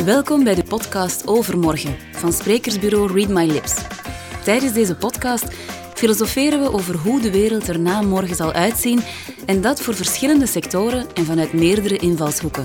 Welkom bij de podcast Overmorgen van sprekersbureau Read My Lips. Tijdens deze podcast filosoferen we over hoe de wereld er na morgen zal uitzien en dat voor verschillende sectoren en vanuit meerdere invalshoeken.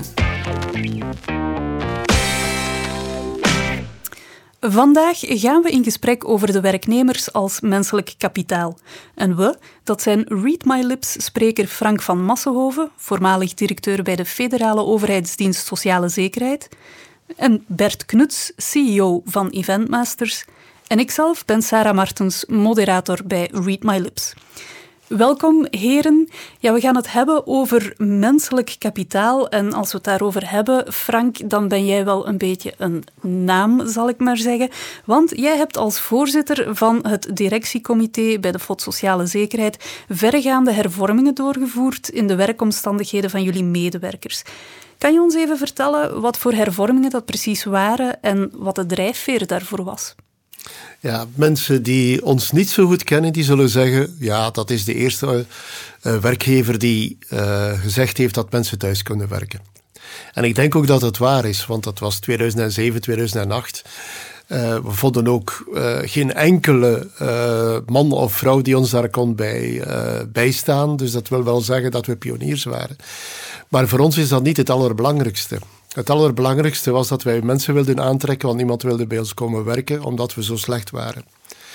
Vandaag gaan we in gesprek over de werknemers als menselijk kapitaal. En we, dat zijn Read My Lips-spreker Frank van Massenhoven, voormalig directeur bij de Federale Overheidsdienst Sociale Zekerheid, en Bert Knuts, CEO van Eventmasters, en ikzelf ben Sarah Martens, moderator bij Read My Lips. Welkom, heren. Ja, we gaan het hebben over menselijk kapitaal. En als we het daarover hebben, Frank, dan ben jij wel een beetje een naam, zal ik maar zeggen. Want jij hebt als voorzitter van het directiecomité bij de FOD Sociale Zekerheid verregaande hervormingen doorgevoerd in de werkomstandigheden van jullie medewerkers. Kan je ons even vertellen wat voor hervormingen dat precies waren en wat de drijfveer daarvoor was? Ja, mensen die ons niet zo goed kennen, die zullen zeggen, ja, dat is de eerste werkgever die gezegd heeft dat mensen thuis kunnen werken. En ik denk ook dat het waar is, want dat was 2007, 2008. We vonden ook geen enkele man of vrouw die ons daar kon bijstaan. Dus dat wil wel zeggen dat we pioniers waren. Maar voor ons is dat niet het allerbelangrijkste. Het allerbelangrijkste was dat wij mensen wilden aantrekken, want niemand wilde bij ons komen werken, omdat we zo slecht waren.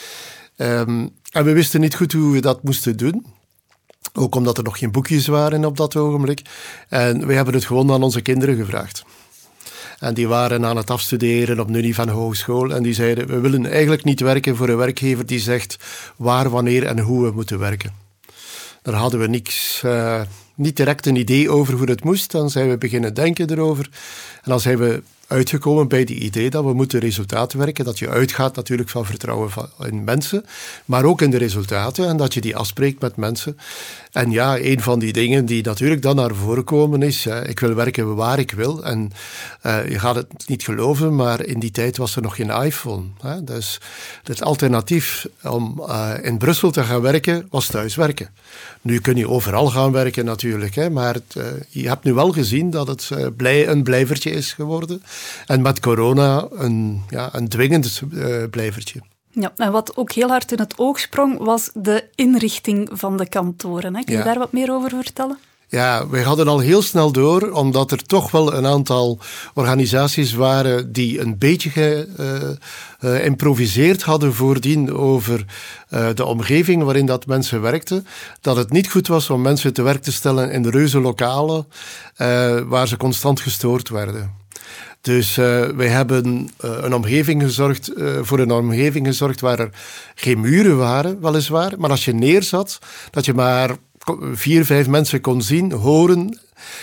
En we wisten niet goed hoe we dat moesten doen. Ook omdat er nog geen boekjes waren op dat ogenblik. En wij hebben het gewoon aan onze kinderen gevraagd. En die waren aan het afstuderen op een unie van hogeschool. En die zeiden, we willen eigenlijk niet werken voor een werkgever die zegt waar, wanneer en hoe we moeten werken. Daar hadden we niet direct een idee over hoe het moest. Dan zijn we beginnen denken erover. En dan zijn we uitgekomen bij die idee dat we moeten resultaten werken. Dat je uitgaat natuurlijk van vertrouwen in mensen, maar ook in de resultaten en dat je die afspreekt met mensen. En ja, een van die dingen die natuurlijk dan naar voren komen is, ik wil werken waar ik wil. En je gaat het niet geloven, maar in die tijd was er nog geen iPhone. Hè? Dus het alternatief om in Brussel te gaan werken was thuiswerken. Nu kun je overal gaan werken natuurlijk, hè? Maar je hebt nu wel gezien dat het een blijvertje is geworden. En met corona een dwingend blijvertje. Ja, en wat ook heel hard in het oog sprong, was de inrichting van de kantoren. Hè? Kun je daar wat meer over vertellen? Ja, wij hadden al heel snel door, omdat er toch wel een aantal organisaties waren die een beetje geïmproviseerd hadden voordien over de omgeving waarin dat mensen werkten. Dat het niet goed was om mensen te werk te stellen in de reuze lokalen waar ze constant gestoord werden. Dus wij hebben voor een omgeving gezorgd waar er geen muren waren, weliswaar. Maar als je neerzat, dat je maar 4, 5 mensen kon zien, horen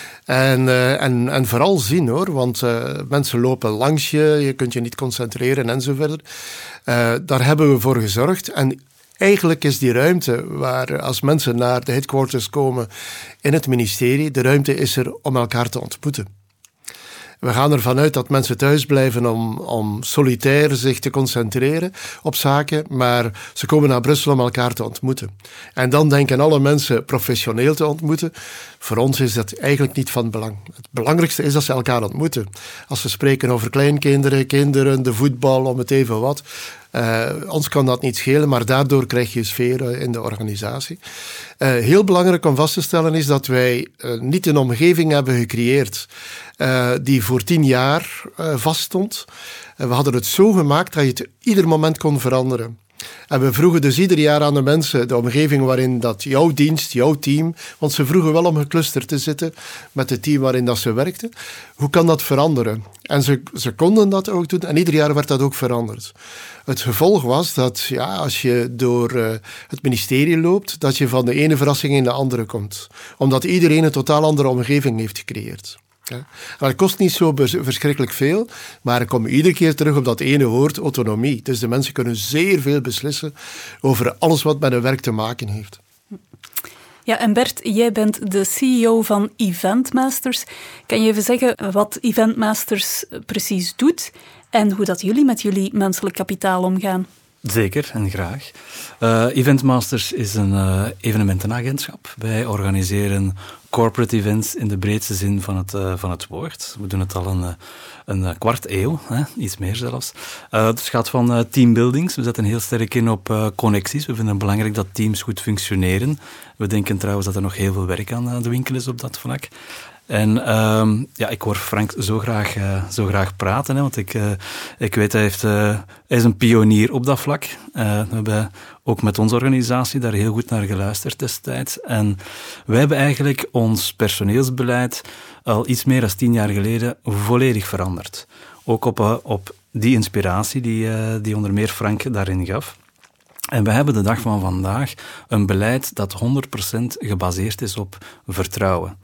en vooral zien, hoor. Want mensen lopen langs je kunt je niet concentreren en zo verder. Daar hebben we voor gezorgd. En eigenlijk is die ruimte waar als mensen naar de headquarters komen in het ministerie, de ruimte is er om elkaar te ontmoeten. We gaan ervan uit dat mensen thuis blijven om solitair zich te concentreren op zaken, maar ze komen naar Brussel om elkaar te ontmoeten. En dan denken alle mensen professioneel te ontmoeten. Voor ons is dat eigenlijk niet van belang. Het belangrijkste is dat ze elkaar ontmoeten. Als we spreken over kleinkinderen, kinderen, de voetbal, om het even wat. Ons kan dat niet schelen, maar daardoor krijg je sfeer in de organisatie. Heel belangrijk om vast te stellen is dat wij niet een omgeving hebben gecreëerd die voor 10 jaar vaststond. We hadden het zo gemaakt dat je het ieder moment kon veranderen. En we vroegen dus ieder jaar aan de mensen de omgeving waarin dat jouw dienst, jouw team, want ze vroegen wel om geclusterd te zitten met het team waarin dat ze werkten. Hoe kan dat veranderen? En ze konden dat ook doen en ieder jaar werd dat ook veranderd. Het gevolg was dat als je door het ministerie loopt, dat je van de ene verrassing in de andere komt. Omdat iedereen een totaal andere omgeving heeft gecreëerd. Ja. Dat kost niet zo verschrikkelijk veel, maar ik kom iedere keer terug op dat ene woord, autonomie. Dus de mensen kunnen zeer veel beslissen over alles wat met hun werk te maken heeft. Ja, en Bert, jij bent de CEO van Eventmasters. Kan je even zeggen wat Eventmasters precies doet en hoe dat jullie met jullie menselijk kapitaal omgaan? Zeker, en graag. Eventmasters is een evenementenagentschap. Wij organiseren corporate events in de breedste zin van het woord. We doen het al een kwart eeuw, iets meer zelfs. Het gaat van teambuildings. We zetten heel sterk in op connecties. We vinden het belangrijk dat teams goed functioneren. We denken trouwens dat er nog heel veel werk aan de winkel is op dat vlak. En ik hoor Frank zo graag praten, want ik weet, hij is een pionier op dat vlak. We hebben ook met onze organisatie daar heel goed naar geluisterd destijds. En wij hebben eigenlijk ons personeelsbeleid al iets meer dan 10 jaar geleden volledig veranderd. Ook op die inspiratie die onder meer Frank daarin gaf. En we hebben de dag van vandaag een beleid dat 100% gebaseerd is op vertrouwen.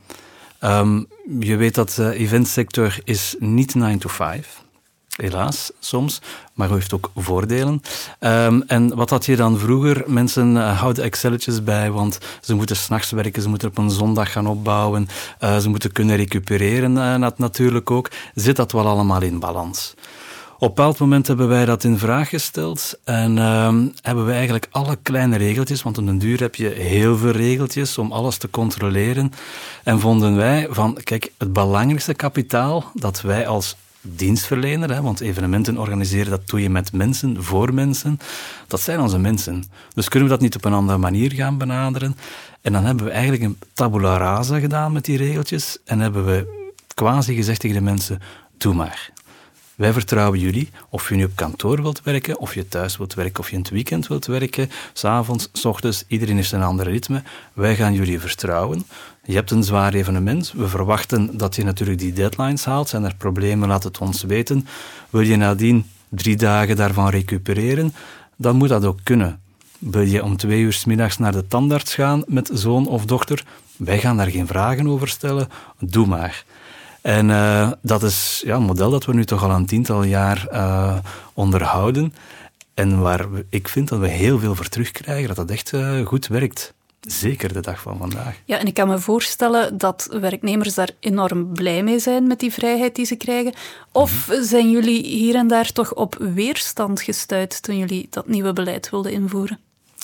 Je weet dat de eventsector is niet 9 to 5. Helaas, soms, maar het heeft ook voordelen. En wat had je dan vroeger? Mensen houden Excelletjes bij, want ze moeten 's nachts werken, ze moeten op een zondag gaan opbouwen, ze moeten kunnen recupereren natuurlijk ook. Zit dat wel allemaal in balans? Op een bepaald moment hebben wij dat in vraag gesteld en hebben wij eigenlijk alle kleine regeltjes, want op den duur heb je heel veel regeltjes om alles te controleren. En vonden wij van, kijk, het belangrijkste kapitaal dat wij als dienstverlener, want evenementen organiseren, dat doe je met mensen, voor mensen, dat zijn onze mensen. Dus kunnen we dat niet op een andere manier gaan benaderen? En dan hebben we eigenlijk een tabula rasa gedaan met die regeltjes en hebben we quasi gezegd tegen de mensen, doe maar. Wij vertrouwen jullie, of je nu op kantoor wilt werken, of je thuis wilt werken, of je in het weekend wilt werken, 's avonds, 's ochtends, iedereen heeft een ander ritme. Wij gaan jullie vertrouwen. Je hebt een zwaar evenement. We verwachten dat je natuurlijk die deadlines haalt. Zijn er problemen, laat het ons weten. Wil je nadien 3 dagen daarvan recupereren, dan moet dat ook kunnen. Wil je om 2 uur 's middags naar de tandarts gaan met zoon of dochter? Wij gaan daar geen vragen over stellen. Doe maar. En dat is een model dat we nu toch al een 10-tal jaar onderhouden. En waar ik vind dat we heel veel voor terugkrijgen, dat echt goed werkt. Zeker de dag van vandaag. Ja, en ik kan me voorstellen dat werknemers daar enorm blij mee zijn met die vrijheid die ze krijgen. Of zijn jullie hier en daar toch op weerstand gestuit toen jullie dat nieuwe beleid wilden invoeren?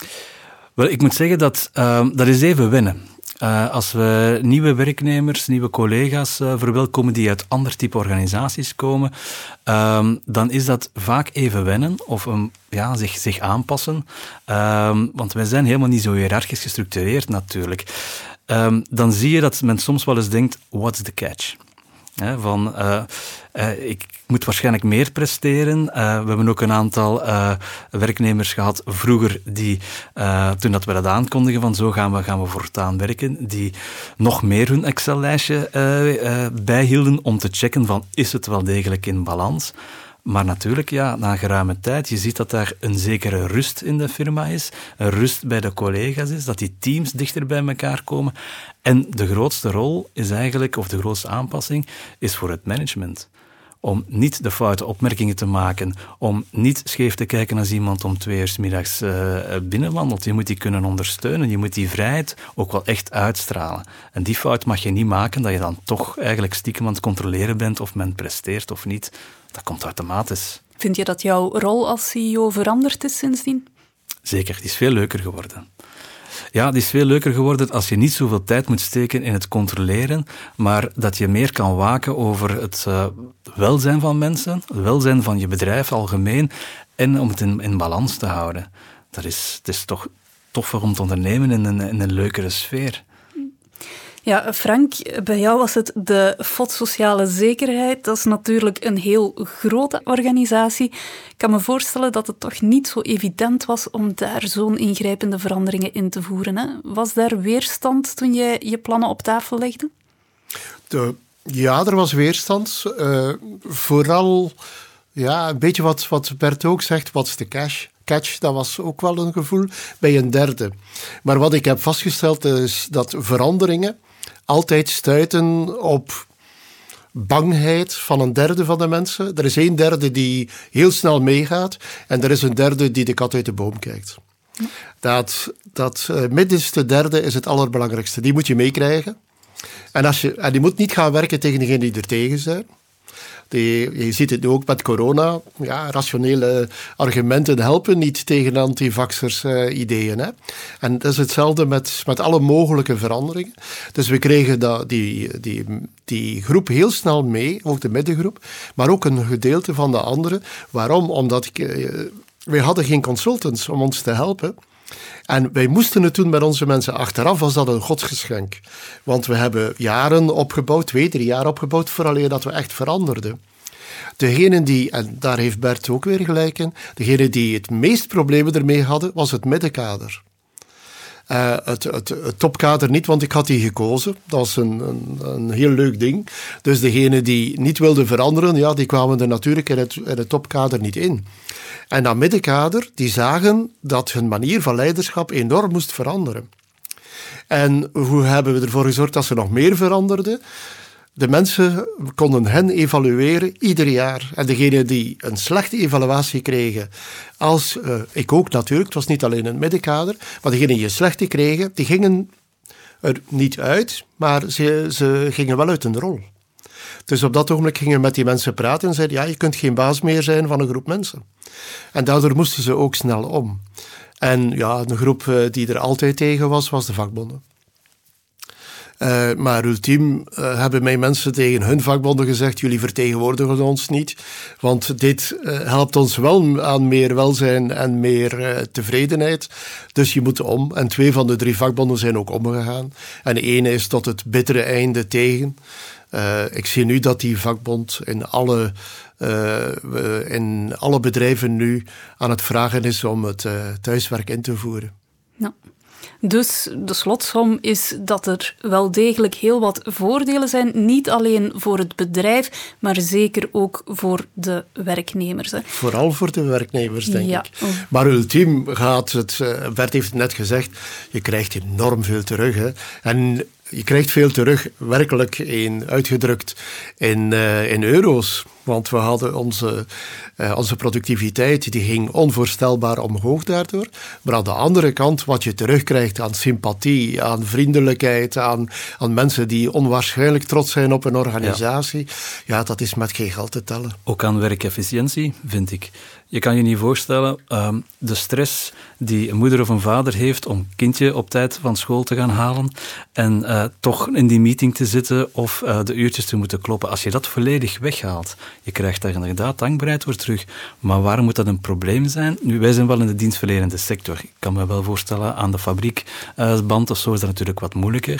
Wel, ik moet zeggen dat is even wennen. Als we nieuwe werknemers, nieuwe collega's verwelkomen die uit ander type organisaties komen, dan is dat vaak even wennen of zich aanpassen. Want wij zijn helemaal niet zo hiërarchisch gestructureerd natuurlijk. Dan zie je dat men soms wel eens denkt, what's the catch? Ik moet waarschijnlijk meer presteren. We hebben ook een aantal werknemers gehad vroeger die, toen dat we dat aankondigen van zo gaan we voortaan werken, die nog meer hun Excel-lijstje bijhielden om te checken van is het wel degelijk in balans. Maar natuurlijk, na geruime tijd, je ziet dat daar een zekere rust in de firma is, een rust bij de collega's is, dat die teams dichter bij elkaar komen. En de grootste rol is eigenlijk, of de grootste aanpassing, is voor het management. Om niet de foute opmerkingen te maken, om niet scheef te kijken als iemand om 2 uur 's middags binnenwandelt. Je moet die kunnen ondersteunen, je moet die vrijheid ook wel echt uitstralen. En die fout mag je niet maken, dat je dan toch eigenlijk stiekem aan het controleren bent of men presteert of niet. Dat komt automatisch. Vind je dat jouw rol als CEO veranderd is sindsdien? Zeker, die is veel leuker geworden. Ja, die is veel leuker geworden als je niet zoveel tijd moet steken in het controleren, maar dat je meer kan waken over het welzijn van mensen, het welzijn van je bedrijf algemeen en om het in balans te houden. Het is toch toffer om te ondernemen in een leukere sfeer. Ja, Frank, bij jou was het de FOD Sociale Zekerheid. Dat is natuurlijk een heel grote organisatie. Ik kan me voorstellen dat het toch niet zo evident was om daar zo'n ingrijpende veranderingen in te voeren. Hè? Was daar weerstand toen jij je plannen op tafel legde? Ja, er was weerstand. Vooral een beetje wat Bert ook zegt, wat is de catch, dat was ook wel een gevoel bij een derde. Maar wat ik heb vastgesteld is dat veranderingen altijd stuiten op bangheid van een derde van de mensen. Er is 1/3 die heel snel meegaat en er is een derde die de kat uit de boom kijkt. Dat middenste derde is het allerbelangrijkste. Die moet je meekrijgen. En die moet niet gaan werken tegen degenen die er tegen zijn. Je ziet het nu ook met corona. Ja, rationele argumenten helpen niet tegen antivaxers ideeën. Hè? En dat is hetzelfde met alle mogelijke veranderingen. Dus we kregen die groep heel snel mee, ook de middengroep, maar ook een gedeelte van de anderen. Waarom? Omdat wij hadden geen consultants om ons te helpen. En wij moesten het doen met onze mensen. Achteraf was dat een godsgeschenk. Want we hebben jaren opgebouwd, 2-3 jaar opgebouwd, vooraleer dat we echt veranderden. Degene die, en daar heeft Bert ook weer gelijk in, degene die het meest problemen ermee hadden, was het middenkader. Het topkader niet, want ik had die gekozen. Dat was een heel leuk ding. Dus degenen die niet wilden veranderen, ja, die kwamen er natuurlijk in het topkader niet in. En dat middenkader, die zagen dat hun manier van leiderschap enorm moest veranderen. En hoe hebben we ervoor gezorgd dat ze nog meer veranderden? De mensen konden hen evalueren ieder jaar. En degenen die een slechte evaluatie kregen, als ik ook natuurlijk, het was niet alleen een middenkader, maar degenen die een slechte kregen, die gingen er niet uit, maar ze gingen wel uit hun rol. Dus op dat ogenblik gingen we met die mensen praten en zeiden, ja, je kunt geen baas meer zijn van een groep mensen. En daardoor moesten ze ook snel om. En ja, een groep die er altijd tegen was de vakbonden. Maar ultiem hebben mijn mensen tegen hun vakbonden gezegd, jullie vertegenwoordigen ons niet, want dit helpt ons wel aan meer welzijn en meer tevredenheid, dus je moet om. En 2 van de 3 vakbonden zijn ook omgegaan. En de ene is tot het bittere einde tegen. Ik zie nu dat die vakbond in alle bedrijven nu aan het vragen is om het thuiswerk in te voeren. Nou. Dus de slotsom is dat er wel degelijk heel wat voordelen zijn, niet alleen voor het bedrijf, maar zeker ook voor de werknemers. Hè. Vooral voor de werknemers, denk ik. Maar ultiem gaat het, Bert heeft het net gezegd, je krijgt enorm veel terug. Hè. En je krijgt veel terug, werkelijk uitgedrukt in euro's. Want we hadden onze productiviteit, die ging onvoorstelbaar omhoog daardoor. Maar aan de andere kant, wat je terugkrijgt aan sympathie, aan vriendelijkheid, aan mensen die onwaarschijnlijk trots zijn op een organisatie, ja, dat is met geen geld te tellen. Ook aan werkefficiëntie, vind ik. Je kan je niet voorstellen, de stress die een moeder of een vader heeft om kindje op tijd van school te gaan halen en toch in die meeting te zitten of de uurtjes te moeten kloppen. Als je dat volledig weghaalt, je krijgt daar inderdaad dankbaarheid voor terug. Maar waarom moet dat een probleem zijn? Nu, wij zijn wel in de dienstverlenende sector. Ik kan me wel voorstellen, aan de fabriekband of zo is dat natuurlijk wat moeilijker.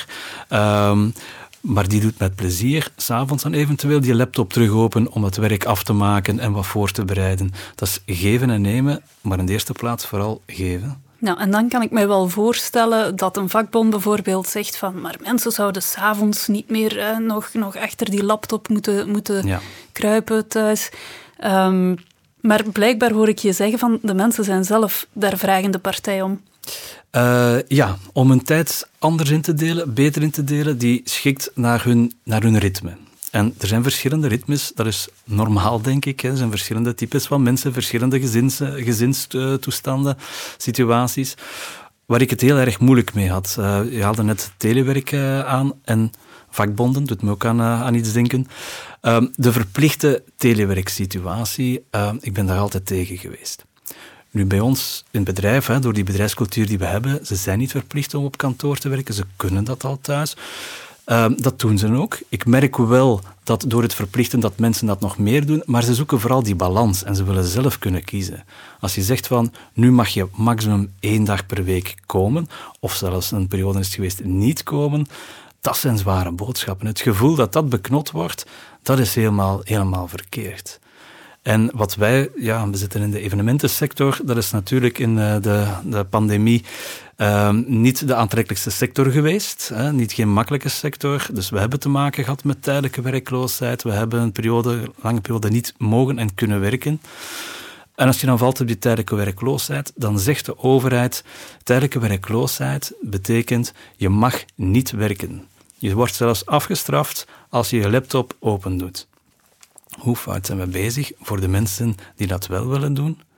Maar die doet met plezier 's avonds dan eventueel die laptop terug open om het werk af te maken en wat voor te bereiden. Dat is geven en nemen, maar in de eerste plaats vooral geven. Nou, en dan kan ik mij wel voorstellen dat een vakbond bijvoorbeeld zegt van, maar mensen zouden 's avonds niet meer nog achter die laptop moeten kruipen thuis. Maar blijkbaar hoor ik je zeggen van, de mensen zijn zelf daar vragende partij om. Ja, om hun tijd anders in te delen, beter in te delen, die schikt naar hun ritme. En er zijn verschillende ritmes, dat is normaal, denk ik. Hè. Er zijn verschillende types van mensen, verschillende gezinstoestanden, situaties. Waar ik het heel erg moeilijk mee had. Je haalde net telewerk aan en vakbonden, doet me ook aan iets denken. De verplichte telewerksituatie, ik ben daar altijd tegen geweest. Nu, bij ons in het bedrijf, door die bedrijfscultuur die we hebben, ze zijn niet verplicht om op kantoor te werken, ze kunnen dat al thuis. Dat doen ze ook. Ik merk wel dat door het verplichten dat mensen dat nog meer doen, maar ze zoeken vooral die balans en ze willen zelf kunnen kiezen. Als je zegt van, nu mag je maximum 1 dag per week komen, of zelfs een periode is het geweest niet komen, dat zijn zware boodschappen. Het gevoel dat dat beknot wordt, dat is helemaal verkeerd. En wat wij, we zitten in de evenementensector, dat is natuurlijk in de pandemie niet de aantrekkelijkste sector geweest, niet geen makkelijke sector. Dus we hebben te maken gehad met tijdelijke werkloosheid. We hebben een lange periode niet mogen en kunnen werken. En als je dan valt op die tijdelijke werkloosheid, dan zegt de overheid, tijdelijke werkloosheid betekent, je mag niet werken. Je wordt zelfs afgestraft als je je laptop open doet. Hoe fout zijn we bezig voor de mensen die dat wel willen doen?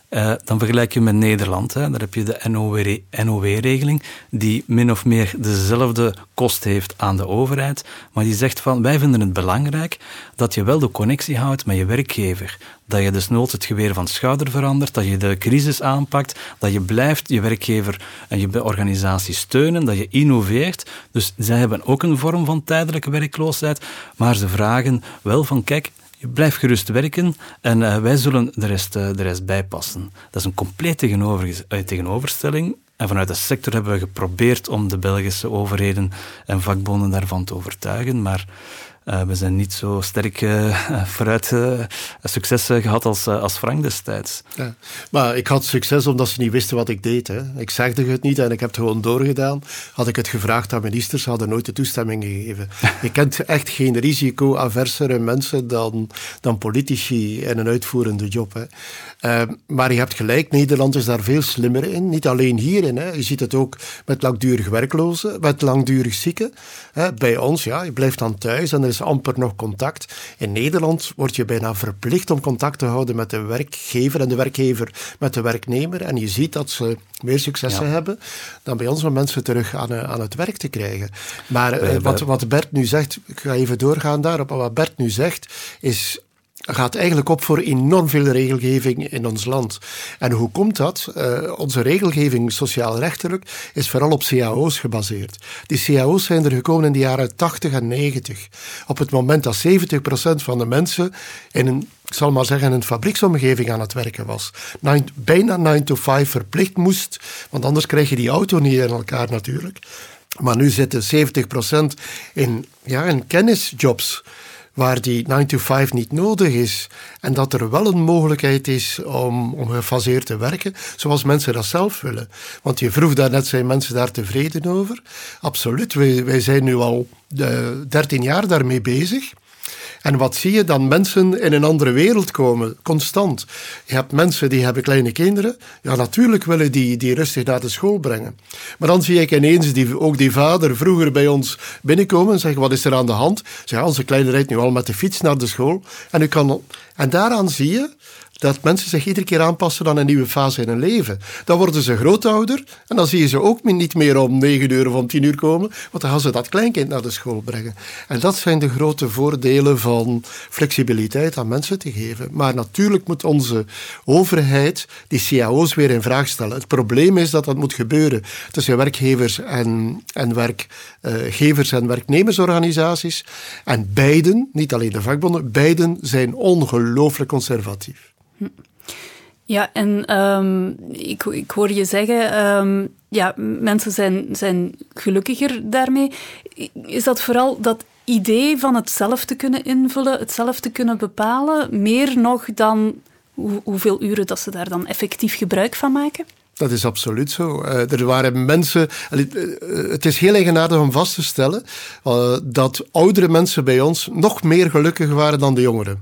Dan vergelijk je met Nederland. Hè. Daar heb je de NOW-regeling, die min of meer dezelfde kost heeft aan de overheid, maar die zegt van, wij vinden het belangrijk dat je wel de connectie houdt met je werkgever. Dat je desnoods het geweer van schouder verandert, dat je de crisis aanpakt, dat je blijft je werkgever en je organisatie steunen, dat je innoveert. Dus zij hebben ook een vorm van tijdelijke werkloosheid, maar ze vragen wel van, kijk, je blijft gerust werken en wij zullen de rest bijpassen. Dat is een compleet tegenoverstelling. En vanuit de sector hebben we geprobeerd om de Belgische overheden en vakbonden daarvan te overtuigen, maar we zijn niet zo sterk vooruit succes gehad als Frank destijds. Ja, maar ik had succes omdat ze niet wisten wat ik deed. Hè. Ik zegde het niet en ik heb het gewoon doorgedaan. Had ik het gevraagd aan ministers, hadden nooit de toestemming gegeven. Je kent echt geen risico-aversere mensen dan politici in een uitvoerende job. Hè. Maar je hebt gelijk, Nederland is daar veel slimmer in. Niet alleen hierin. Hè. Je ziet het ook met langdurig werklozen, met langdurig zieken. Bij ons, ja, je blijft dan thuis en er is amper nog contact. In Nederland word je bijna verplicht om contact te houden met de werkgever en de werkgever met de werknemer. En je ziet dat ze meer successen hebben dan bij ons om mensen terug aan het werk te krijgen. Maar wat Bert nu zegt, ik ga even doorgaan daarop, wat Bert nu zegt is, gaat eigenlijk op voor enorm veel regelgeving in ons land. En hoe komt dat? Onze regelgeving sociaal-rechtelijk is vooral op cao's gebaseerd. Die cao's zijn er gekomen in de jaren 80 en 90. Op het moment dat 70% van de mensen in een fabrieksomgeving aan het werken was. Bijna 9 to 5 verplicht moest, want anders krijg je die auto niet in elkaar natuurlijk. Maar nu zitten 70% in kennisjobs, waar die 9 to 5 niet nodig is. En dat er wel een mogelijkheid is om gefaseerd te werken, zoals mensen dat zelf willen. Want je vroeg daarnet, zijn mensen daar tevreden over? Absoluut, wij zijn nu al 13 jaar daarmee bezig. En wat zie je? Dan mensen in een andere wereld komen, constant. Je hebt mensen die hebben kleine kinderen. Ja, natuurlijk willen die rustig naar de school brengen. Maar dan zie ik ineens die vader vroeger bij ons binnenkomen en zeggen, wat is er aan de hand? Zeg, onze kleine rijdt nu al met de fiets naar de school. En daaraan zie je dat mensen zich iedere keer aanpassen aan een nieuwe fase in hun leven. Dan worden ze grootouder en dan zie je ze ook niet meer om 9 uur of om 10 uur komen, want dan gaan ze dat kleinkind naar de school brengen. En dat zijn de grote voordelen van flexibiliteit aan mensen te geven. Maar natuurlijk moet onze overheid die cao's weer in vraag stellen. Het probleem is dat dat moet gebeuren tussen werkgevers en werkgevers en werknemersorganisaties. En beiden, niet alleen de vakbonden, beiden zijn ongelooflijk conservatief. Ja, en ik hoor je zeggen, mensen zijn gelukkiger daarmee. Is dat vooral dat idee van het zelf te kunnen invullen, het zelf te kunnen bepalen, meer nog dan hoeveel uren dat ze daar dan effectief gebruik van maken? Dat is absoluut zo. Er waren mensen... Het is heel eigenaardig om vast te stellen dat oudere mensen bij ons nog meer gelukkig waren dan de jongeren.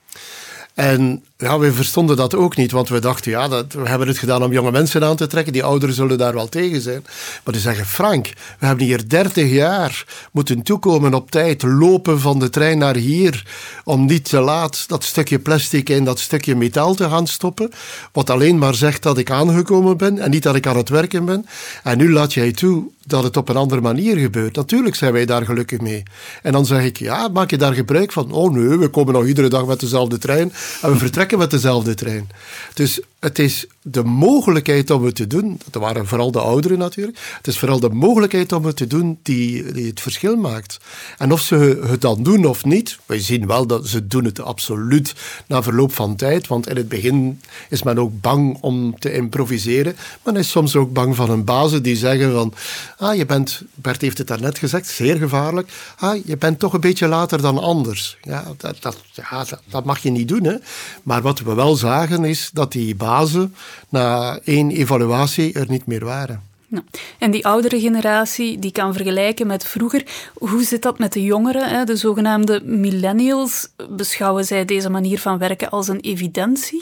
En ja, we verstonden dat ook niet, want we dachten, we hebben het gedaan om jonge mensen aan te trekken, die ouderen zullen daar wel tegen zijn. Maar die zeggen, Frank, we hebben hier 30 jaar moeten toekomen op tijd, lopen van de trein naar hier, om niet te laat dat stukje plastic in dat stukje metaal te gaan stoppen, wat alleen maar zegt dat ik aangekomen ben en niet dat ik aan het werken ben. En nu laat jij toe dat het op een andere manier gebeurt. Natuurlijk zijn wij daar gelukkig mee. En dan zeg ik, maak je daar gebruik van? Oh nee, we komen nog iedere dag met dezelfde trein en we vertrekken met dezelfde trein. Dus het is de mogelijkheid om het te doen, dat waren vooral de ouderen natuurlijk, het is vooral de mogelijkheid om het te doen die het verschil maakt. En of ze het dan doen of niet, wij zien wel dat ze doen het absoluut na verloop van tijd, want in het begin is men ook bang om te improviseren, men is soms ook bang van hun bazen die zeggen van, Bert heeft het daarnet gezegd, zeer gevaarlijk, je bent toch een beetje later dan anders. Ja, dat mag je niet doen, hè. Maar wat we wel zagen is dat die bazen na 1 evaluatie er niet meer waren. Nou, en die oudere generatie die kan vergelijken met vroeger. Hoe zit dat met de jongeren, de zogenaamde millennials? Beschouwen zij deze manier van werken als een evidentie?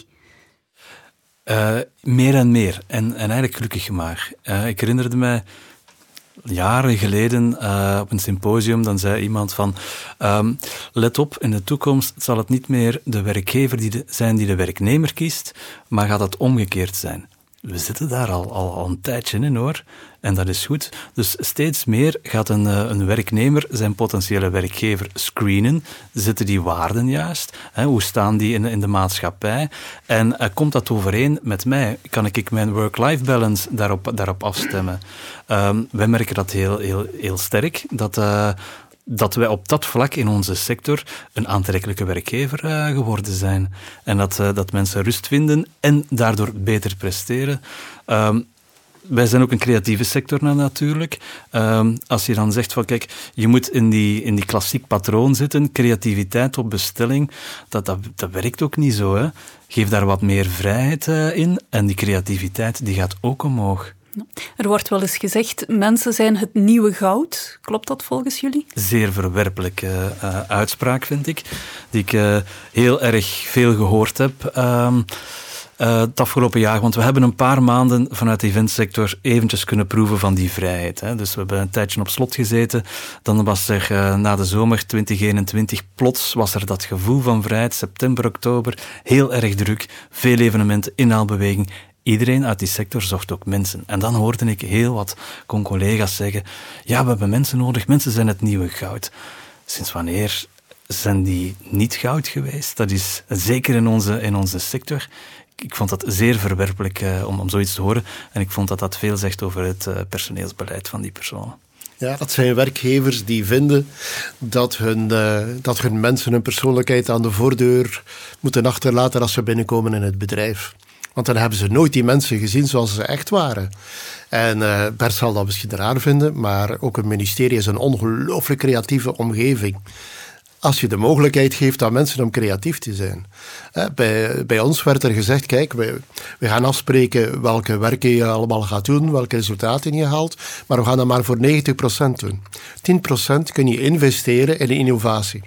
Meer en meer. En eigenlijk gelukkig maar. Ik herinnerde mij jaren geleden op een symposium, dan zei iemand van let op, in de toekomst zal het niet meer de werkgever zijn die de werknemer kiest, maar gaat het omgekeerd zijn. We zitten daar al een tijdje in, hoor. En dat is goed. Dus steeds meer gaat een werknemer zijn potentiële werkgever screenen. Zitten die waarden juist? Hoe staan die in de maatschappij? En komt dat overeen met mij? Kan ik mijn work-life balance daarop afstemmen? Wij merken dat heel sterk, dat wij op dat vlak in onze sector een aantrekkelijke werkgever geworden zijn. En dat mensen rust vinden en daardoor beter presteren. Wij zijn ook een creatieve sector natuurlijk. Als je dan zegt van kijk, je moet in die klassiek patroon zitten, creativiteit op bestelling, dat werkt ook niet zo. Hè. Geef daar wat meer vrijheid in en die creativiteit die gaat ook omhoog. Er wordt wel eens gezegd, mensen zijn het nieuwe goud. Klopt dat volgens jullie? Zeer verwerpelijke uitspraak, vind ik. Die ik heel erg veel gehoord heb het afgelopen jaar. Want we hebben een paar maanden vanuit de eventsector eventjes kunnen proeven van die vrijheid. Hè. Dus we hebben een tijdje op slot gezeten. Dan was er na de zomer 2021 plots was er dat gevoel van vrijheid. September, oktober, heel erg druk. Veel evenementen, inhaalbeweging. Iedereen uit die sector zocht ook mensen. En dan hoorde ik heel wat collega's zeggen, ja, we hebben mensen nodig, mensen zijn het nieuwe goud. Sinds wanneer zijn die niet goud geweest? Dat is zeker in onze sector. Ik vond dat zeer verwerpelijk om zoiets te horen. En ik vond dat veel zegt over het personeelsbeleid van die personen. Ja, dat zijn werkgevers die vinden dat hun mensen hun persoonlijkheid aan de voordeur moeten achterlaten als ze binnenkomen in het bedrijf. Want dan hebben ze nooit die mensen gezien zoals ze echt waren. En Bert zal dat misschien raar vinden, maar ook een ministerie is een ongelooflijk creatieve omgeving. Als je de mogelijkheid geeft aan mensen om creatief te zijn. Bij ons werd er gezegd, kijk, we gaan afspreken welke werken je allemaal gaat doen, welke resultaten je haalt, maar we gaan dat maar voor 90% doen. 10% kun je investeren in innovatie.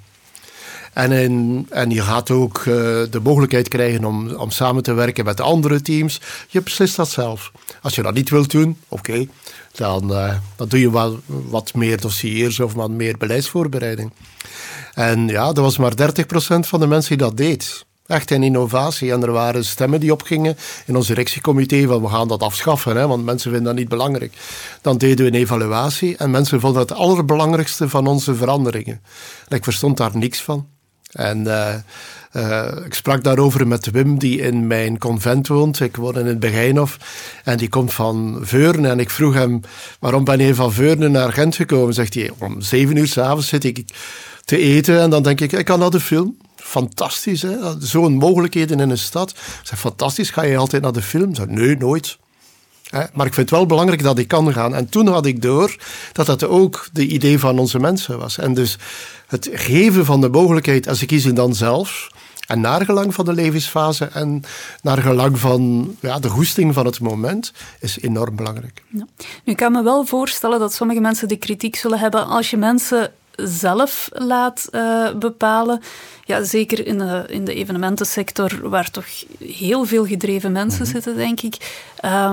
En je gaat ook de mogelijkheid krijgen om samen te werken met andere teams. Je beslist dat zelf. Als je dat niet wilt doen, oké, dan doe je wel wat meer dossiers of wat meer beleidsvoorbereiding. En ja, dat was maar 30% van de mensen die dat deed. Echt een innovatie. En er waren stemmen die opgingen in ons directiecomité van we gaan dat afschaffen, hè, want mensen vinden dat niet belangrijk. Dan deden we een evaluatie en mensen vonden het allerbelangrijkste van onze veranderingen. En ik verstond daar niks van. En ik sprak daarover met Wim, die in mijn convent woont. Ik woon in het Begijnhof. En die komt van Veurne. En ik vroeg hem, waarom ben je van Veurne naar Gent gekomen? Zegt hij, om 7 uur 's avonds zit ik te eten. En dan denk ik kan naar de film. Fantastisch, hè? Zo'n mogelijkheden in een stad. Ik zeg, fantastisch, ga je altijd naar de film? Ik zeg, nee, nooit. Maar ik vind het wel belangrijk dat ik kan gaan. En toen had ik door dat ook de idee van onze mensen was. En dus het geven van de mogelijkheid, en ze kiezen dan zelf, en naar gelang van de levensfase en naar gelang van de goesting van het moment, is enorm belangrijk. Ja. Nu, ik kan me wel voorstellen dat sommige mensen de kritiek zullen hebben als je mensen zelf laat bepalen. Ja, zeker in de evenementensector, waar toch heel veel gedreven mensen zitten, denk ik.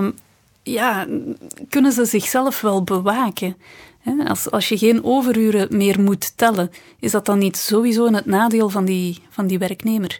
Kunnen ze zichzelf wel bewaken? Als je geen overuren meer moet tellen, is dat dan niet sowieso in het nadeel van die werknemer?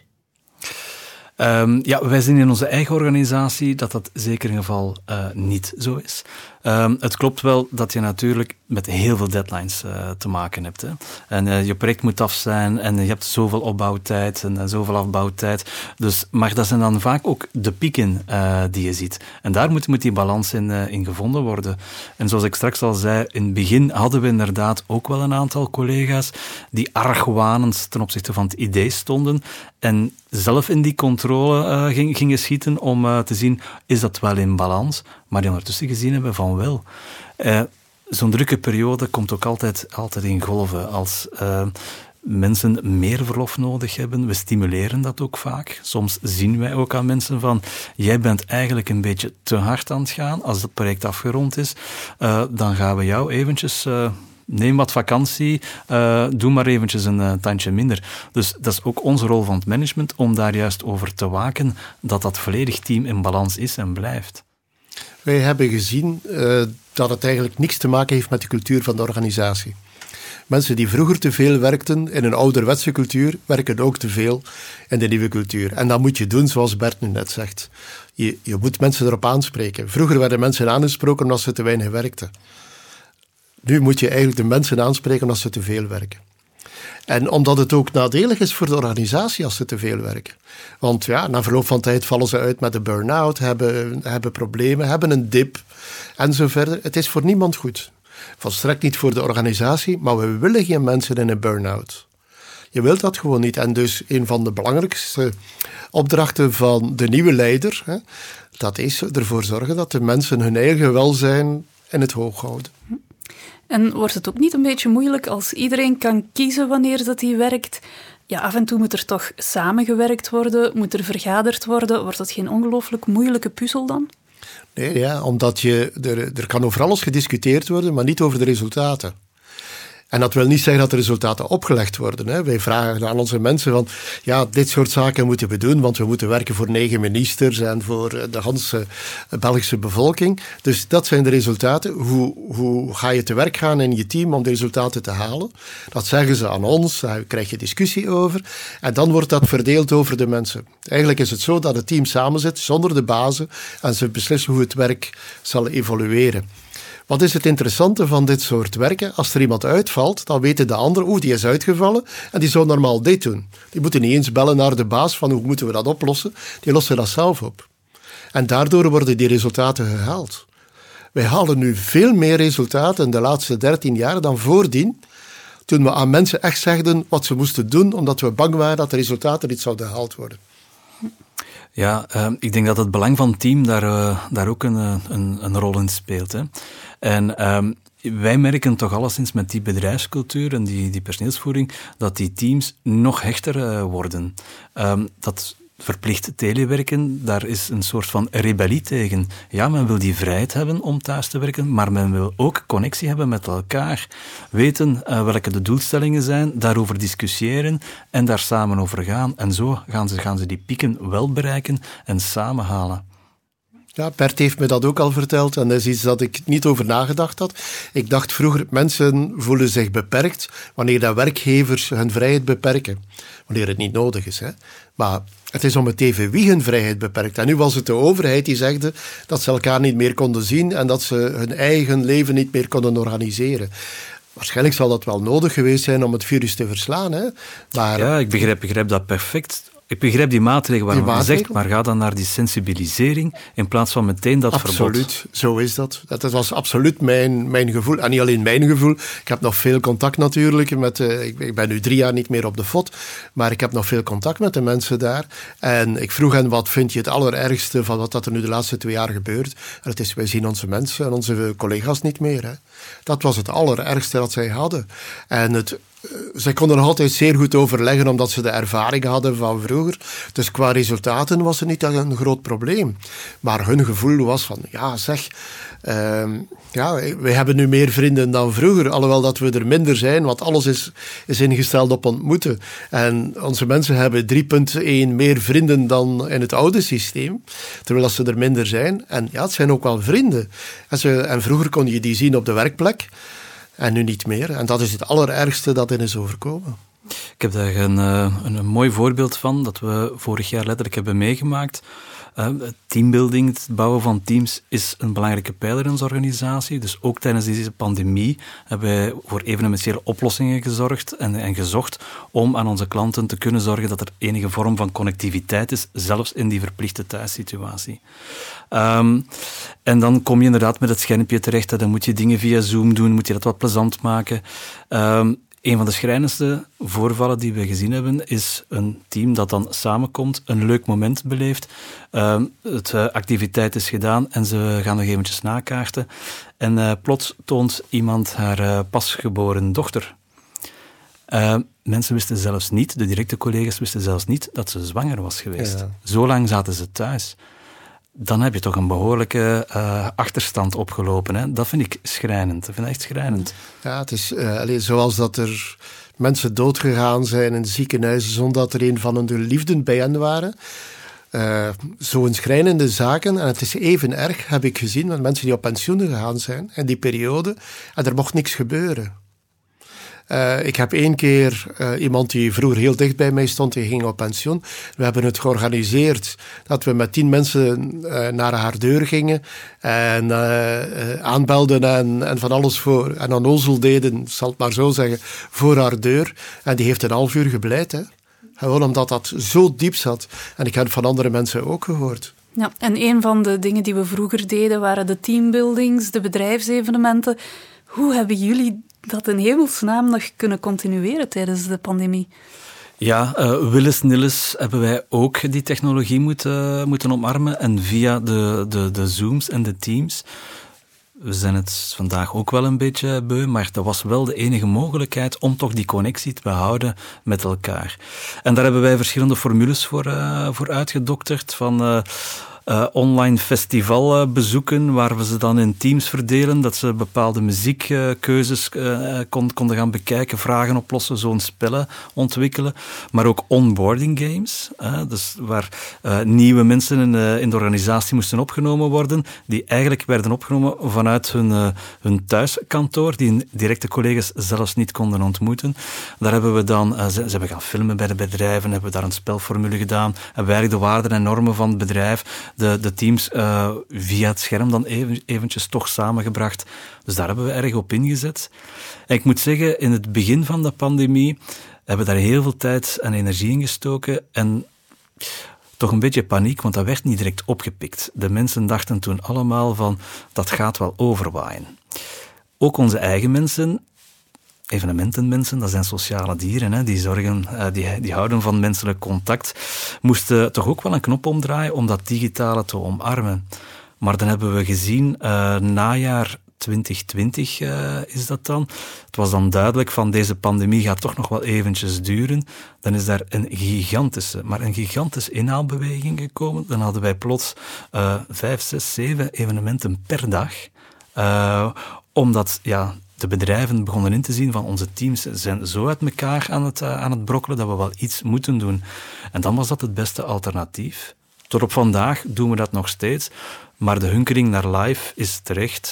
Wij zien in onze eigen organisatie dat zeker in geval niet zo is. Het klopt wel dat je natuurlijk met heel veel deadlines te maken hebt. Hè. En je project moet af zijn en je hebt zoveel opbouwtijd en zoveel afbouwtijd. Maar dat zijn dan vaak ook de pieken die je ziet. En daar moet die balans in gevonden worden. En zoals ik straks al zei, in het begin hadden we inderdaad ook wel een aantal collega's die argwanend ten opzichte van het idee stonden en zelf in die controle gingen schieten om te zien, is dat wel in balans? Maar die ondertussen gezien hebben van wel. Zo'n drukke periode komt ook altijd in golven. Als mensen meer verlof nodig hebben, we stimuleren dat ook vaak. Soms zien wij ook aan mensen van, jij bent eigenlijk een beetje te hard aan het gaan. Als het project afgerond is, dan gaan we jou eventjes... Neem wat vakantie, doe maar eventjes een tandje minder. Dus dat is ook onze rol van het management, om daar juist over te waken dat volledig team in balans is en blijft. Wij hebben gezien dat het eigenlijk niks te maken heeft met de cultuur van de organisatie. Mensen die vroeger te veel werkten in een ouderwetse cultuur, werken ook te veel in de nieuwe cultuur. En dat moet je doen zoals Bert nu net zegt. Je moet mensen erop aanspreken. Vroeger werden mensen aangesproken omdat ze te weinig werkten. Nu moet je eigenlijk de mensen aanspreken omdat ze te veel werken. En omdat het ook nadelig is voor de organisatie als ze te veel werken. Want ja, na verloop van tijd vallen ze uit met een burn-out, hebben problemen, hebben een dip en zo verder. Het is voor niemand goed. Volstrekt niet voor de organisatie, maar we willen geen mensen in een burn-out. Je wilt dat gewoon niet. En dus een van de belangrijkste opdrachten van de nieuwe leider, dat is ervoor zorgen dat de mensen hun eigen welzijn in het oog houden. En wordt het ook niet een beetje moeilijk als iedereen kan kiezen wanneer dat hij werkt? Ja, af en toe moet er toch samengewerkt worden, moet er vergaderd worden. Wordt dat geen ongelooflijk moeilijke puzzel dan? Nee, ja, omdat er kan over alles gediscuteerd worden, maar niet over de resultaten. En dat wil niet zeggen dat de resultaten opgelegd worden. Hè. Wij vragen aan onze mensen van, ja, dit soort zaken moeten we doen, want we moeten werken voor 9 ministers en voor de hele Belgische bevolking. Dus dat zijn de resultaten. Hoe ga je te werk gaan in je team om de resultaten te halen? Dat zeggen ze aan ons, daar krijg je discussie over. En dan wordt dat verdeeld over de mensen. Eigenlijk is het zo dat het team samenzit zonder de bazen en ze beslissen hoe het werk zal evolueren. Wat is het interessante van dit soort werken? Als er iemand uitvalt, dan weten de anderen, die is uitgevallen en die zou normaal dit doen. Die moeten niet eens bellen naar de baas van hoe moeten we dat oplossen. Die lossen dat zelf op. En daardoor worden die resultaten gehaald. Wij halen nu veel meer resultaten in de laatste 13 jaar dan voordien, toen we aan mensen echt zegden wat ze moesten doen, omdat we bang waren dat de resultaten niet zouden gehaald worden. Ja, ik denk dat het belang van het team daar ook een rol in speelt. Hè. En wij merken toch alleszins met die bedrijfscultuur en die personeelsvoering dat die teams nog hechter worden. Dat verplicht telewerken, daar is een soort van rebellie tegen. Ja, men wil die vrijheid hebben om thuis te werken, maar men wil ook connectie hebben met elkaar. Weten welke de doelstellingen zijn, daarover discussiëren en daar samen over gaan. En zo gaan ze die pieken wel bereiken en samenhalen. Ja, Bert heeft me dat ook al verteld en dat is iets dat ik niet over nagedacht had. Ik dacht vroeger, mensen voelen zich beperkt wanneer dat werkgevers hun vrijheid beperken. Wanneer het niet nodig is. Hè. Maar het is om het even wie hun vrijheid beperkt. En nu was het de overheid die zegde dat ze elkaar niet meer konden zien en dat ze hun eigen leven niet meer konden organiseren. Waarschijnlijk zal dat wel nodig geweest zijn om het virus te verslaan. Hè. Maar ja, ik begrijp dat perfect. Ik begrijp die maatregelen waarom je zegt, maar ga dan naar die sensibilisering in plaats van meteen dat verbod. Absoluut, zo is dat. Dat was absoluut mijn gevoel. En niet alleen mijn gevoel. Ik heb nog veel contact natuurlijk met... ik ben nu 3 jaar niet meer op de FOD, maar ik heb nog veel contact met de mensen daar. En ik vroeg hen, wat vind je het allerergste van wat er nu de laatste 2 jaar gebeurt? En het is, wij zien onze mensen en onze collega's niet meer. Hè. Dat was het allerergste dat zij hadden. En zij konden nog altijd zeer goed overleggen, omdat ze de ervaring hadden van vroeger. Dus qua resultaten was het niet een groot probleem. Maar hun gevoel was van, ja zeg, wij hebben nu meer vrienden dan vroeger, alhoewel dat we er minder zijn, want alles is ingesteld op ontmoeten. En onze mensen hebben 3,1 meer vrienden dan in het oude systeem, terwijl ze er minder zijn. En ja, het zijn ook wel vrienden. En vroeger kon je die zien op de werkplek. En nu niet meer. En dat is het allerergste dat in is overkomen. Ik heb daar een mooi voorbeeld van, dat we vorig jaar letterlijk hebben meegemaakt. Teambuilding, het bouwen van teams, is een belangrijke pijler in onze organisatie. Dus ook tijdens deze pandemie hebben wij voor evenementiële oplossingen gezorgd en gezocht om aan onze klanten te kunnen zorgen dat er enige vorm van connectiviteit is, zelfs in die verplichte thuissituatie. En dan kom je inderdaad met het schermpje terecht, dan moet je dingen via Zoom doen, moet je dat wat plezant maken. Een van de schrijnendste voorvallen die we gezien hebben, is een team dat dan samenkomt, een leuk moment beleeft, de activiteit is gedaan en ze gaan nog eventjes nakaarten. En plots toont iemand haar pasgeboren dochter. Mensen wisten zelfs niet, de directe collega's wisten zelfs niet dat ze zwanger was geweest. Ja. Zo lang zaten ze thuis. Dan heb je toch een behoorlijke achterstand opgelopen. Hè? Dat vind ik schrijnend. Dat vind ik echt schrijnend. Ja, het is zoals dat er mensen doodgegaan zijn in ziekenhuizen zonder dat er een van hun liefden bij hen waren. zo'n schrijnende zaken. En het is even erg, heb ik gezien, met mensen die op pensioen gegaan zijn in die periode. En er mocht niks gebeuren. Ik heb 1 keer iemand die vroeger heel dicht bij mij stond, die ging op pensioen. We hebben het georganiseerd dat we met 10 mensen naar haar deur gingen en aanbelden en van alles voor en onnozel deden, zal het maar zo zeggen, voor haar deur. En die heeft 1,5 uur gebleid, hè. Gewoon omdat dat zo diep zat. En ik heb het van andere mensen ook gehoord. Ja, en een van de dingen die we vroeger deden waren de teambuildings, de bedrijfsevenementen. Hoe hebben jullie dat in hemelsnaam nog kunnen continueren tijdens de pandemie? Ja, willens-nillens hebben wij ook die technologie moeten omarmen. En via de Zooms en de Teams. We zijn het vandaag ook wel een beetje beu, maar dat was wel de enige mogelijkheid om toch die connectie te behouden met elkaar. En daar hebben wij verschillende formules voor uitgedokterd, van online festivalbezoeken, waar we ze dan in teams verdelen, dat ze bepaalde muziekkeuzes konden gaan bekijken, vragen oplossen, zo'n spellen ontwikkelen. Maar ook onboarding games, dus waar nieuwe mensen in de organisatie moesten opgenomen worden, die eigenlijk werden opgenomen vanuit hun thuiskantoor, die hun directe collega's zelfs niet konden ontmoeten. Daar hebben we dan, ze hebben gaan filmen bij de bedrijven, hebben we daar een spelformule gedaan, hebben we eigenlijk de waarden en normen van het bedrijf, de teams via het scherm dan eventjes toch samengebracht. Dus daar hebben we erg op ingezet. En ik moet zeggen, in het begin van de pandemie hebben we daar heel veel tijd en energie in gestoken en toch een beetje paniek, want dat werd niet direct opgepikt. De mensen dachten toen allemaal van, dat gaat wel overwaaien. Ook onze eigen mensen, evenementenmensen, dat zijn sociale dieren, hè, die zorgen, die houden van menselijk contact, moesten toch ook wel een knop omdraaien om dat digitale te omarmen. Maar dan hebben we gezien, najaar 2020 is dat dan. Het was dan duidelijk van deze pandemie gaat toch nog wel eventjes duren. Dan is daar een gigantische inhaalbeweging gekomen. Dan hadden wij plots 5, 6, 7 evenementen per dag. Omdat, de bedrijven begonnen in te zien van onze teams zijn zo uit elkaar aan het brokkelen dat we wel iets moeten doen. En dan was dat het beste alternatief. Tot op vandaag doen we dat nog steeds, maar de hunkering naar live is terecht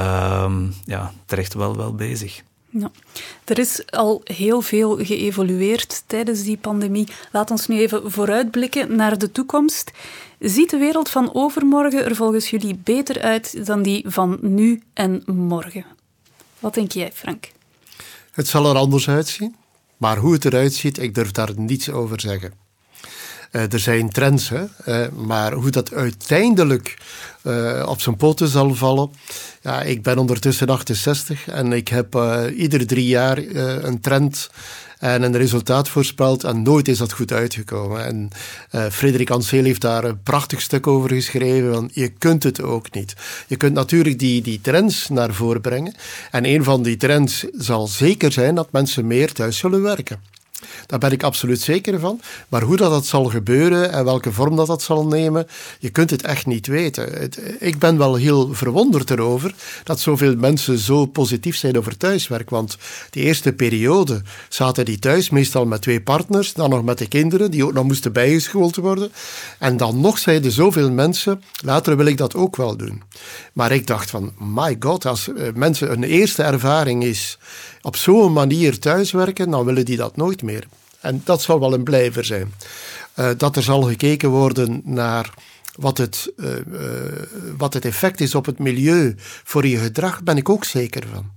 wel bezig. Ja. Er is al heel veel geëvolueerd tijdens die pandemie. Laat ons nu even vooruitblikken naar de toekomst. Ziet de wereld van overmorgen er volgens jullie beter uit dan die van nu en morgen? Wat denk jij, Frank? Het zal er anders uitzien, maar hoe het eruit ziet, ik durf daar niets over zeggen. Er zijn trends, maar hoe dat uiteindelijk op zijn poten zal vallen. Ja, ik ben ondertussen 68 en ik heb ieder 3 jaar een trend en een resultaat voorspeld en nooit is dat goed uitgekomen. En Frederik Anseel heeft daar een prachtig stuk over geschreven, want je kunt het ook niet. Je kunt natuurlijk die trends naar voren brengen en een van die trends zal zeker zijn dat mensen meer thuis zullen werken. Daar ben ik absoluut zeker van. Maar hoe dat zal gebeuren en welke vorm dat zal nemen, je kunt het echt niet weten. Ik ben wel heel verwonderd erover dat zoveel mensen zo positief zijn over thuiswerk. Want die eerste periode zaten die thuis, meestal met 2 partners, dan nog met de kinderen, die ook nog moesten bijgeschoold worden. En dan nog zeiden zoveel mensen, later wil ik dat ook wel doen. Maar ik dacht van, my god, als mensen een eerste ervaring is op zo'n manier thuiswerken, dan willen die dat nooit meer. En dat zal wel een blijver zijn. Dat er zal gekeken worden naar wat het effect is op het milieu voor je gedrag, ben ik ook zeker van.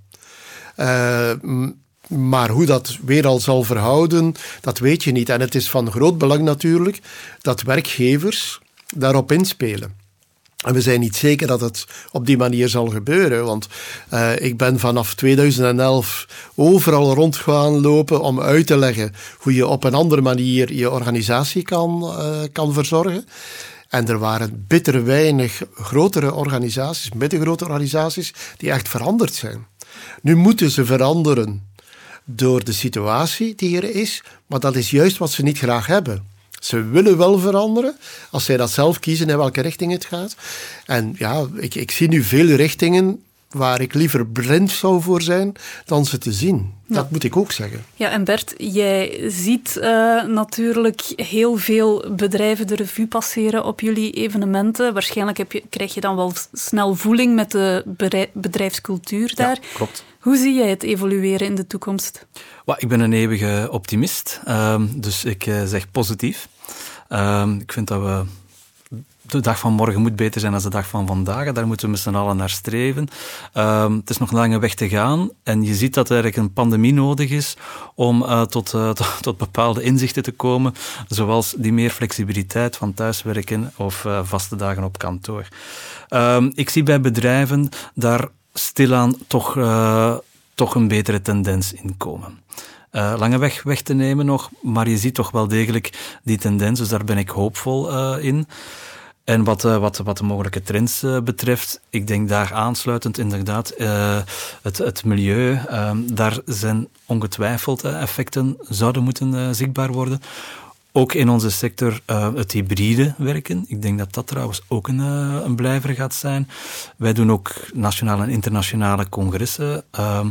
Maar hoe dat weer al zal verhouden, dat weet je niet. En het is van groot belang natuurlijk dat werkgevers daarop inspelen. En we zijn niet zeker dat het op die manier zal gebeuren, want ik ben vanaf 2011 overal rond gaan lopen om uit te leggen hoe je op een andere manier je organisatie kan verzorgen. En er waren bitter weinig grotere organisaties, middengrote organisaties, die echt veranderd zijn. Nu moeten ze veranderen door de situatie die er is, maar dat is juist wat ze niet graag hebben. Ze willen wel veranderen, als zij dat zelf kiezen in welke richting het gaat. En ja, ik zie nu veel richtingen waar ik liever blind zou voor zijn dan ze te zien. Ja. Dat moet ik ook zeggen. Ja, en Bert, jij ziet natuurlijk heel veel bedrijven de revue passeren op jullie evenementen. Waarschijnlijk krijg je dan wel snel voeling met de bedrijfscultuur daar. Ja, klopt. Hoe zie jij het evolueren in de toekomst? Ik ben een eeuwige optimist, dus ik zeg positief. Ik vind dat de dag van morgen moet beter zijn dan de dag van vandaag. Daar moeten we met z'n allen naar streven. Het is nog een lange weg te gaan. En je ziet dat er eigenlijk een pandemie nodig is om tot bepaalde inzichten te komen. Zoals die meer flexibiliteit van thuiswerken of vaste dagen op kantoor. Ik zie bij bedrijven daar stilaan toch een betere tendens in komen. Lange weg te nemen nog, maar je ziet toch wel degelijk die tendens. Dus daar ben ik hoopvol in. En wat de mogelijke trends betreft, ik denk daar aansluitend inderdaad het milieu, daar zijn ongetwijfeld effecten zouden moeten zichtbaar worden. Ook in onze sector het hybride werken. Ik denk dat dat trouwens ook een blijver gaat zijn. Wij doen ook nationale en internationale congressen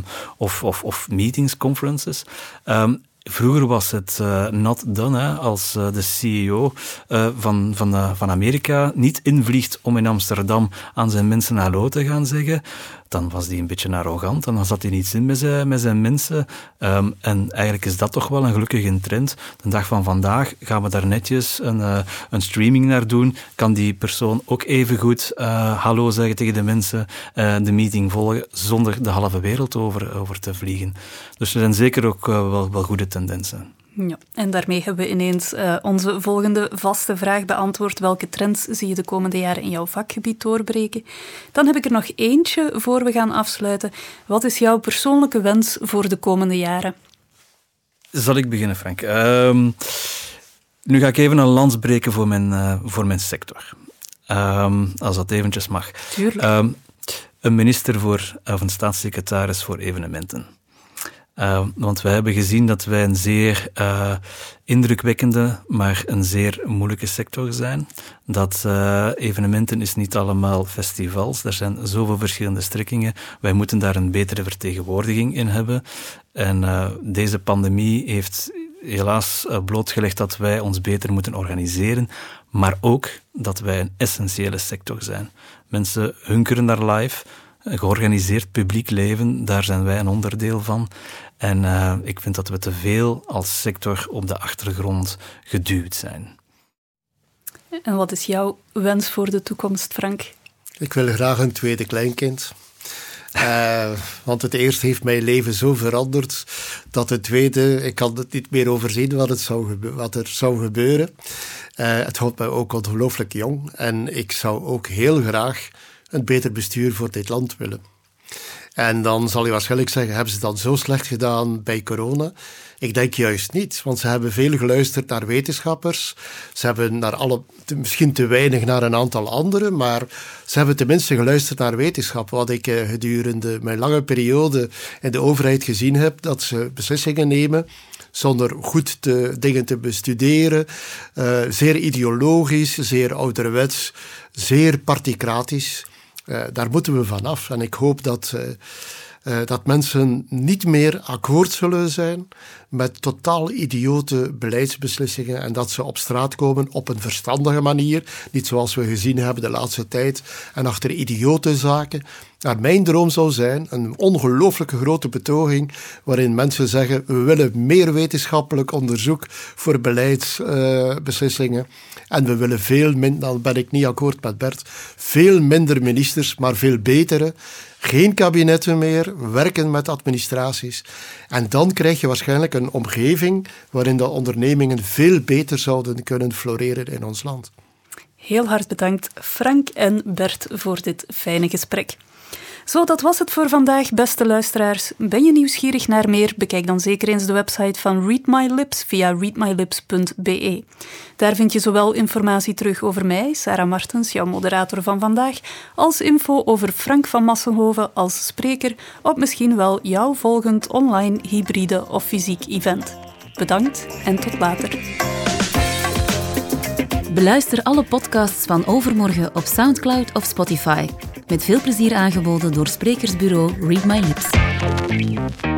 of meetings, conferences. Vroeger was het not done als de CEO van Amerika niet invliegt om in Amsterdam aan zijn mensen hallo te gaan zeggen. Dan was hij een beetje arrogant en dan zat hij niet in met zijn mensen. En eigenlijk is dat toch wel een gelukkige trend. De dag van vandaag gaan we daar netjes een streaming naar doen. Kan die persoon ook even goed hallo zeggen tegen de mensen, de meeting volgen, zonder de halve wereld over te vliegen. Dus er zijn zeker ook wel goede tendensen. Ja, en daarmee hebben we ineens onze volgende vaste vraag beantwoord. Welke trends zie je de komende jaren in jouw vakgebied doorbreken? Dan heb ik er nog eentje voor we gaan afsluiten. Wat is jouw persoonlijke wens voor de komende jaren? Zal ik beginnen, Frank? Nu ga ik even een lans breken voor mijn sector. Als dat eventjes mag. Tuurlijk. Een minister of een staatssecretaris voor evenementen. Want wij hebben gezien dat wij een zeer indrukwekkende, maar een zeer moeilijke sector zijn. Dat evenementen is niet allemaal festivals. Er zijn zoveel verschillende strekkingen. Wij moeten daar een betere vertegenwoordiging in hebben. En deze pandemie heeft helaas blootgelegd dat wij ons beter moeten organiseren, maar ook dat wij een essentiële sector zijn. Mensen hunkeren naar live. Een georganiseerd publiek leven, daar zijn wij een onderdeel van. En ik vind dat we te veel als sector op de achtergrond geduwd zijn. En wat is jouw wens voor de toekomst, Frank? Ik wil graag een tweede kleinkind. Want het eerste heeft mijn leven zo veranderd dat het tweede, ik kan het niet meer overzien wat er zou gebeuren. Het houdt mij ook ongelooflijk jong en ik zou ook heel graag een beter bestuur voor dit land willen. En dan zal je waarschijnlijk zeggen, hebben ze dan zo slecht gedaan bij corona? Ik denk juist niet, want ze hebben veel geluisterd naar wetenschappers. Ze hebben misschien te weinig naar een aantal anderen, maar ze hebben tenminste geluisterd naar wetenschap. Wat ik gedurende mijn lange periode in de overheid gezien heb, dat ze beslissingen nemen zonder goed dingen te bestuderen, zeer ideologisch, zeer ouderwets, zeer particratisch. Daar moeten we vanaf. En ik hoop dat mensen niet meer akkoord zullen zijn met totaal idiote beleidsbeslissingen en dat ze op straat komen op een verstandige manier, niet zoals we gezien hebben de laatste tijd, en achter idiote zaken. Maar mijn droom zou zijn een ongelooflijke grote betoging waarin mensen zeggen, we willen meer wetenschappelijk onderzoek voor beleidsbeslissingen en we willen veel minder, dan ben ik niet akkoord met Bert, veel minder ministers, maar veel betere. Geen kabinetten meer, werken met administraties. En dan krijg je waarschijnlijk een omgeving waarin de ondernemingen veel beter zouden kunnen floreren in ons land. Heel hard bedankt Frank en Bert voor dit fijne gesprek. Zo, dat was het voor vandaag, beste luisteraars. Ben je nieuwsgierig naar meer? Bekijk dan zeker eens de website van Read My Lips via readmylips.be. Daar vind je zowel informatie terug over mij, Sarah Martens, jouw moderator van vandaag, als info over Frank van Massenhoven als spreker op misschien wel jouw volgend online, hybride of fysiek event. Bedankt en tot later. Beluister alle podcasts van Overmorgen op Soundcloud of Spotify. Met veel plezier aangeboden door sprekersbureau Read My Lips.